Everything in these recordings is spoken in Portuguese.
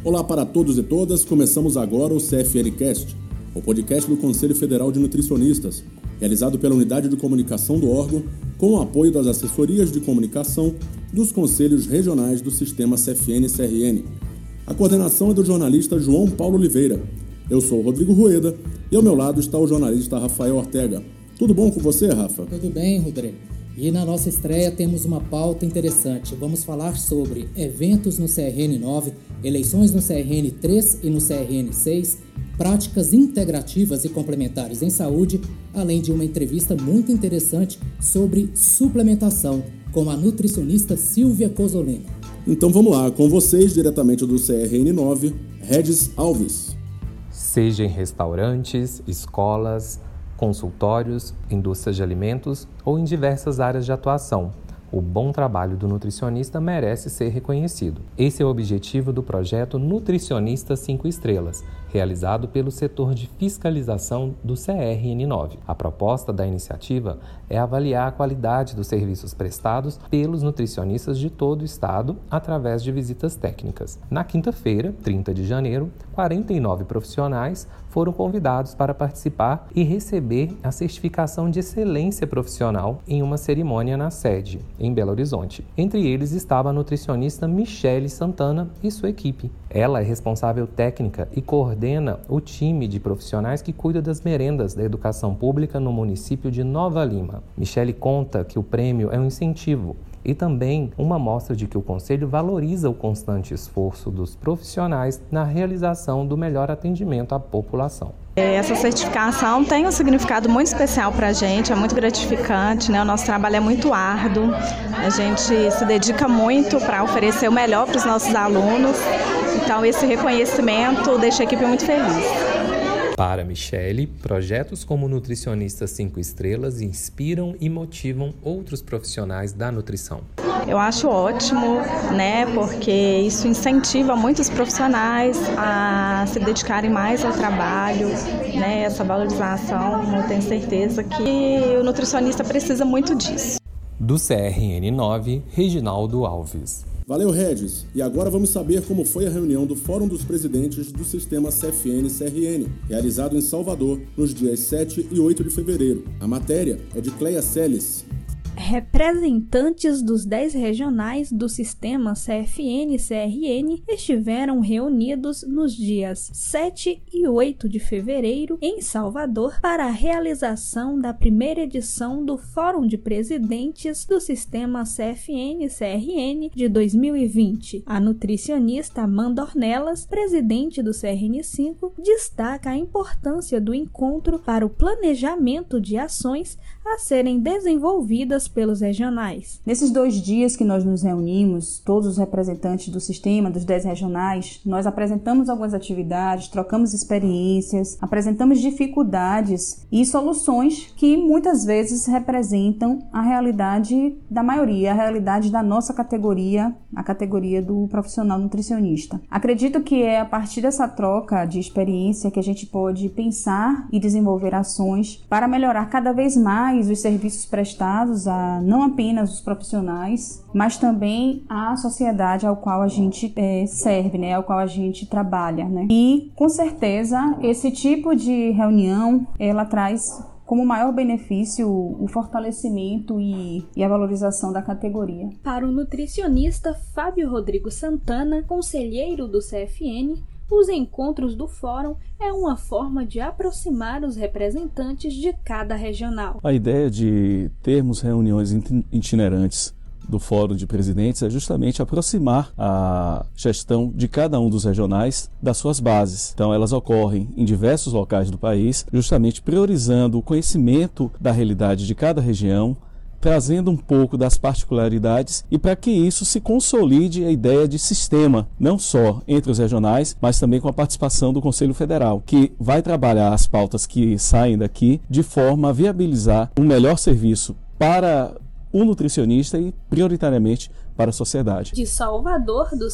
Olá para todos e todas, começamos agora o CFNcast, o podcast do Conselho Federal de Nutricionistas, realizado pela Unidade de Comunicação do órgão, com o apoio das assessorias de comunicação dos Conselhos Regionais do Sistema CFN-CRN. A coordenação é do jornalista João Paulo Oliveira. Eu sou o Rodrigo Rueda e ao meu lado está o jornalista Rafael Ortega. Tudo bom com você, Rafa? Tudo bem, Rodrigo. E na nossa estreia temos uma pauta interessante. Vamos falar sobre eventos no CRN9, eleições no CRN3 e no CRN6, práticas integrativas e complementares em saúde, além de uma entrevista muito interessante sobre suplementação com a nutricionista Silvia Cosolino. Então vamos lá, com vocês, diretamente do CRN9, Regis Alves. Seja em restaurantes, escolas, consultórios, indústrias de alimentos ou em diversas áreas de atuação, o bom trabalho do nutricionista merece ser reconhecido. Esse é o objetivo do projeto Nutricionista 5 Estrelas, realizado pelo setor de fiscalização do CRN9. A proposta da iniciativa é avaliar a qualidade dos serviços prestados pelos nutricionistas de todo o estado através de visitas técnicas. Na quinta-feira, 30 de janeiro, 49 profissionais foram convidados para participar e receber a certificação de excelência profissional em uma cerimônia na sede, em Belo Horizonte. Entre eles estava a nutricionista Michele Santana e sua equipe. Ela é responsável técnica e coordena o time de profissionais que cuida das merendas da educação pública no município de Nova Lima. Michele conta que o prêmio é um incentivo e também uma mostra de que o Conselho valoriza o constante esforço dos profissionais na realização do melhor atendimento à população. Essa certificação tem um significado muito especial para a gente, é muito gratificante, né? O nosso trabalho é muito árduo, a gente se dedica muito para oferecer o melhor para os nossos alunos, então esse reconhecimento deixa a equipe muito feliz. Para Michele, projetos como Nutricionista 5 Estrelas inspiram e motivam outros profissionais da nutrição. Eu acho ótimo, né, porque isso incentiva muitos profissionais a se dedicarem mais ao trabalho, né, essa valorização, eu tenho certeza que o nutricionista precisa muito disso. Do CRN9, Reginaldo Alves. Valeu, Regis. E agora vamos saber como foi a reunião do Fórum dos Presidentes do Sistema CFN-CRN, realizado em Salvador, nos dias 7 e 8 de fevereiro. A matéria é de Cleia Celes. Representantes dos 10 regionais do sistema CFN-CRN estiveram reunidos nos dias 7 e 8 de fevereiro em Salvador para a realização da primeira edição do Fórum de Presidentes do sistema CFN-CRN de 2020. A nutricionista Amanda Ornelas, presidente do CRN5, destaca a importância do encontro para o planejamento de ações a serem desenvolvidas pelos regionais. Nesses 2 dias que nós nos reunimos, todos os representantes do sistema, dos 10 regionais, nós apresentamos algumas atividades, trocamos experiências, apresentamos dificuldades e soluções que muitas vezes representam a realidade da maioria, a realidade da nossa categoria, a categoria do profissional nutricionista. Acredito que é a partir dessa troca de experiência que a gente pode pensar e desenvolver ações para melhorar cada vez mais os serviços prestados a não apenas os profissionais, mas também a sociedade ao qual a gente serve, né, ao qual a gente trabalha, né? E, com certeza, esse tipo de reunião, ela traz como maior benefício o fortalecimento e a valorização da categoria. Para o nutricionista Fábio Rodrigo Santana, conselheiro do CFN, os encontros do Fórum é uma forma de aproximar os representantes de cada regional. A ideia de termos reuniões itinerantes do Fórum de Presidentes é justamente aproximar a gestão de cada um dos regionais das suas bases. Então elas ocorrem em diversos locais do país, justamente priorizando o conhecimento da realidade de cada região, trazendo um pouco das particularidades e para que isso se consolide a ideia de sistema, não só entre os regionais, mas também com a participação do Conselho Federal, que vai trabalhar as pautas que saem daqui de forma a viabilizar um melhor serviço para o nutricionista e prioritariamente para a sociedade. De Salvador, do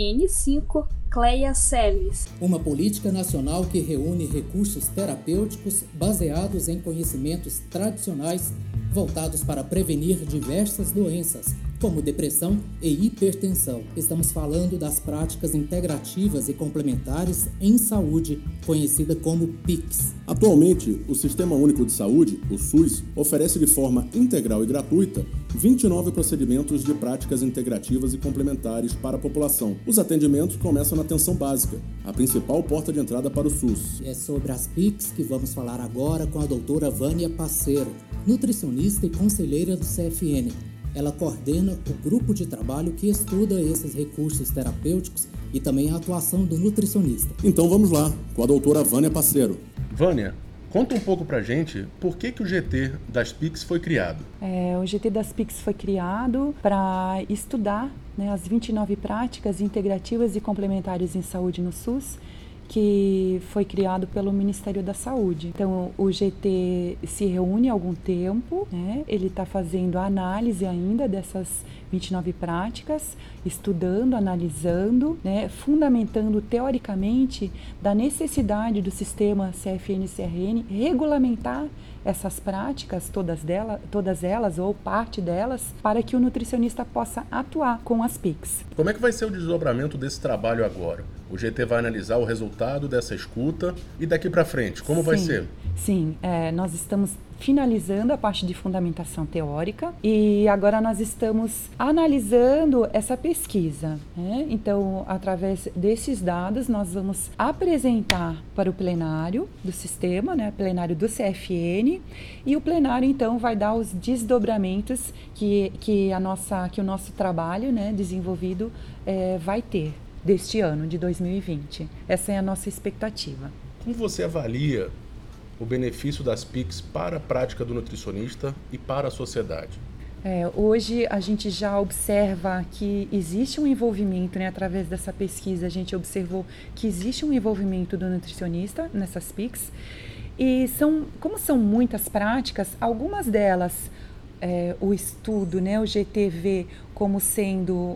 CRN5, Cleia Celes. Uma política nacional que reúne recursos terapêuticos baseados em conhecimentos tradicionais voltados para prevenir diversas doenças, como depressão e hipertensão. Estamos falando das práticas integrativas e complementares em saúde, conhecida como PICs. Atualmente, o Sistema Único de Saúde, o SUS, oferece de forma integral e gratuita 29 procedimentos de práticas integrativas e complementares para a população. Os atendimentos começam na atenção básica, a principal porta de entrada para o SUS. É sobre as PICs que vamos falar agora com a doutora Vânia Passeiro, nutricionista e conselheira do CFN. Ela coordena o grupo de trabalho que estuda esses recursos terapêuticos e também a atuação do nutricionista. Então vamos lá, com a doutora Vânia Passeiro. Vânia, conta um pouco pra gente por que o GT das PICs foi criado. O GT das PICs foi criado para estudar, as 29 práticas integrativas e complementares em saúde no SUS, que foi criado pelo Ministério da Saúde. Então, o GT se reúne há algum tempo, ele está fazendo a análise ainda dessas 29 práticas, estudando, analisando, fundamentando teoricamente da necessidade do sistema CFN-CRN regulamentar essas práticas, todas elas ou parte delas, para que o nutricionista possa atuar com as PICs. Como é que vai ser o desdobramento desse trabalho agora? O GT vai analisar o resultado dessa escuta e daqui para frente, como vai ser? Sim, nós estamos finalizando a parte de fundamentação teórica e agora nós estamos analisando essa pesquisa. Então, através desses dados, nós vamos apresentar para o plenário do sistema, plenário do CFN, e o plenário, então, vai dar os desdobramentos que o nosso trabalho desenvolvido vai ter deste ano, de 2020. Essa é a nossa expectativa. Como você avalia o benefício das PICs para a prática do nutricionista e para a sociedade? Hoje a gente já observa que existe um envolvimento, através dessa pesquisa a gente observou que existe um envolvimento do nutricionista nessas PICs e como são muitas práticas, algumas delas o estudo, o GT vê como sendo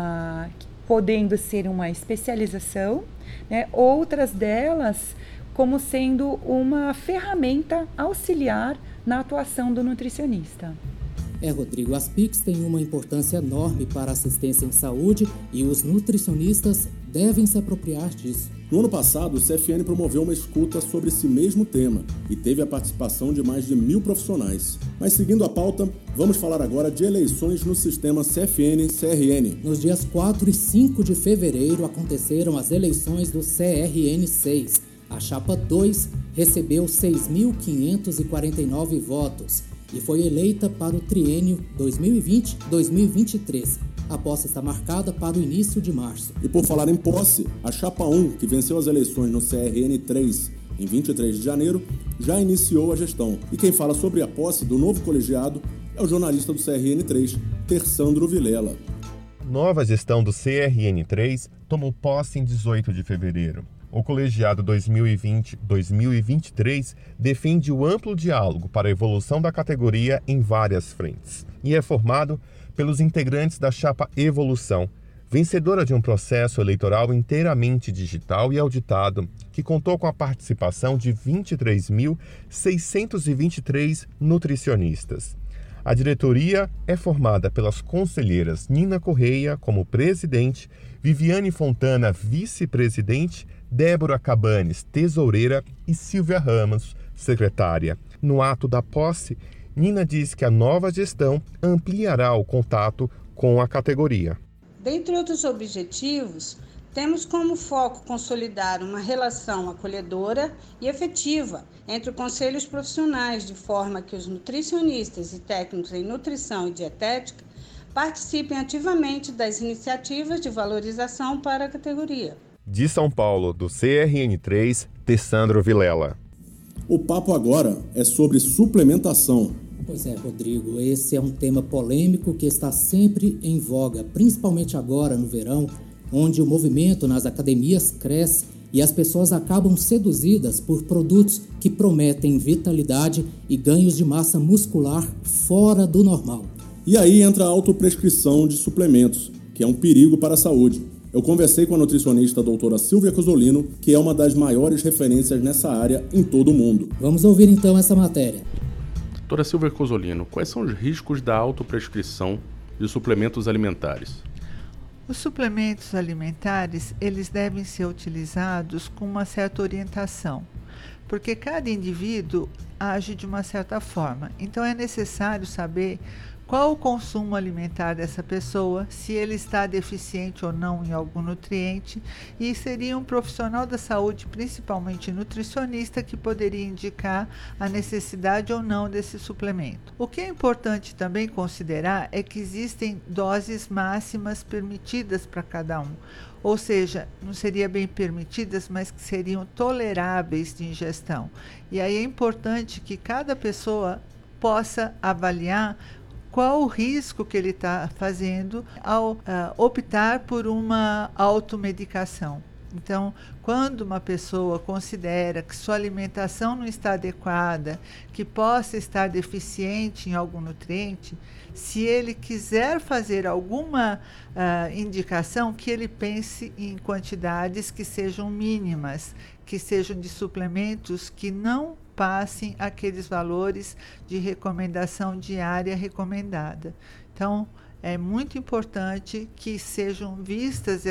podendo ser uma especialização, outras delas como sendo uma ferramenta auxiliar na atuação do nutricionista. Rodrigo, as PICs têm uma importância enorme para a assistência em saúde e os nutricionistas devem se apropriar disso. No ano passado, o CFN promoveu uma escuta sobre esse mesmo tema e teve a participação de mais de 1.000 profissionais. Mas seguindo a pauta, vamos falar agora de eleições no sistema CFN-CRN. Nos dias 4 e 5 de fevereiro aconteceram as eleições do CRN6. A chapa 2 recebeu 6.549 votos e foi eleita para o triênio 2020-2023. A posse está marcada para o início de março. E por falar em posse, a chapa 1, que venceu as eleições no CRN3 em 23 de janeiro, já iniciou a gestão. E quem fala sobre a posse do novo colegiado é o jornalista do CRN3, Tersandro Vilela. Nova gestão do CRN3 tomou posse em 18 de fevereiro. O colegiado 2020-2023 defende o amplo diálogo para a evolução da categoria em várias frentes e é formado pelos integrantes da chapa Evolução, vencedora de um processo eleitoral inteiramente digital e auditado, que contou com a participação de 23.623 nutricionistas. A diretoria é formada pelas conselheiras Nina Correia como presidente, Viviane Fontana vice-presidente, Débora Cabanes tesoureira e Silvia Ramos secretária. No ato da posse, Nina diz que a nova gestão ampliará o contato com a categoria. Dentre outros objetivos, temos como foco consolidar uma relação acolhedora e efetiva entre os conselhos profissionais, de forma que os nutricionistas e técnicos em nutrição e dietética participem ativamente das iniciativas de valorização para a categoria. De São Paulo, do CRN3, Tersandro Vilela. O papo agora é sobre suplementação. Pois é, Rodrigo, esse é um tema polêmico que está sempre em voga, principalmente agora no verão, onde o movimento nas academias cresce e as pessoas acabam seduzidas por produtos que prometem vitalidade e ganhos de massa muscular fora do normal. E aí entra a autoprescrição de suplementos, que é um perigo para a saúde. Eu conversei com a nutricionista a doutora Silvia Cosolino, que é uma das maiores referências nessa área em todo o mundo. Vamos ouvir então essa matéria. Doutora Silvia Cosolino, quais são os riscos da autoprescrição de suplementos alimentares? Os suplementos alimentares, eles devem ser utilizados com uma certa orientação, porque cada indivíduo age de uma certa forma. Então é necessário saber qual o consumo alimentar dessa pessoa, se ele está deficiente ou não em algum nutriente, e seria um profissional da saúde, principalmente nutricionista, que poderia indicar a necessidade ou não desse suplemento. O que é importante também considerar é que existem doses máximas permitidas para cada um, ou seja, não seria bem permitidas, mas que seriam toleráveis de ingestão. E aí é importante que cada pessoa possa avaliar qual o risco que ele está fazendo ao optar por uma automedicação. Então, quando uma pessoa considera que sua alimentação não está adequada, que possa estar deficiente em algum nutriente, se ele quiser fazer alguma indicação, que ele pense em quantidades que sejam mínimas, que sejam de suplementos que não passem aqueles valores de recomendação diária recomendada. Então, é muito importante que sejam vistas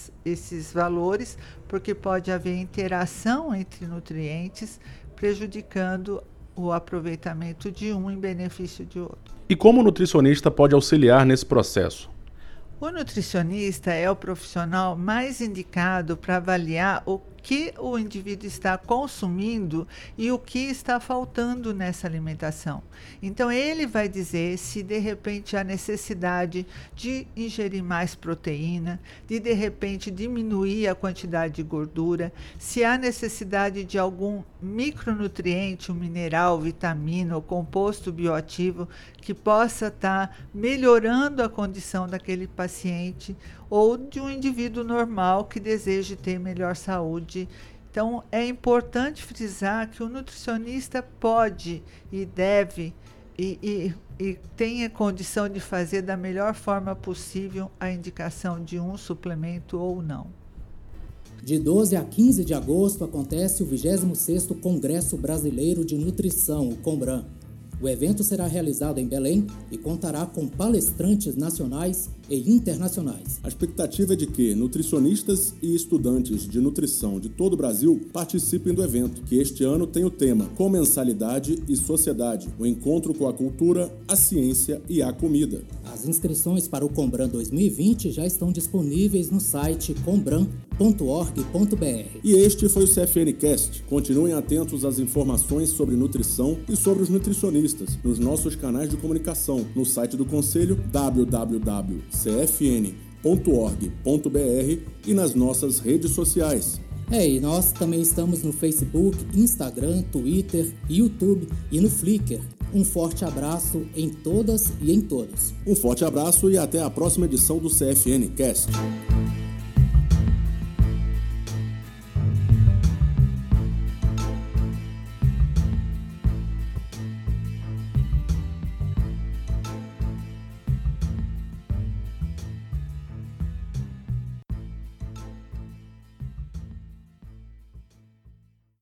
esses valores, porque pode haver interação entre nutrientes, prejudicando o aproveitamento de um em benefício de outro. E como o nutricionista pode auxiliar nesse processo? O nutricionista é o profissional mais indicado para avaliar o que o indivíduo está consumindo e o que está faltando nessa alimentação. Então, ele vai dizer se de repente há necessidade de ingerir mais proteína, de repente diminuir a quantidade de gordura, se há necessidade de algum micronutriente, um mineral, vitamina ou composto bioativo que possa estar melhorando a condição daquele paciente ou de um indivíduo normal que deseje ter melhor saúde. Então, é importante frisar que o nutricionista pode e deve e tenha condição de fazer da melhor forma possível a indicação de um suplemento ou não. De 12 a 15 de agosto acontece o 26º Congresso Brasileiro de Nutrição, o CONBRAN. O evento será realizado em Belém e contará com palestrantes nacionais e internacionais. A expectativa é de que nutricionistas e estudantes de nutrição de todo o Brasil participem do evento, que este ano tem o tema Comensalidade e Sociedade, o encontro com a cultura, a ciência e a comida. As inscrições para o CONBRAN 2020 já estão disponíveis no site combran.org.br. E este foi o CFN Cast. Continuem atentos às informações sobre nutrição e sobre os nutricionistas nos nossos canais de comunicação, no site do Conselho www.cfn.org.br e nas nossas redes sociais. E nós também estamos no Facebook, Instagram, Twitter, YouTube e no Flickr. Um forte abraço em todas e em todos. Um forte abraço e até a próxima edição do CFN Cast.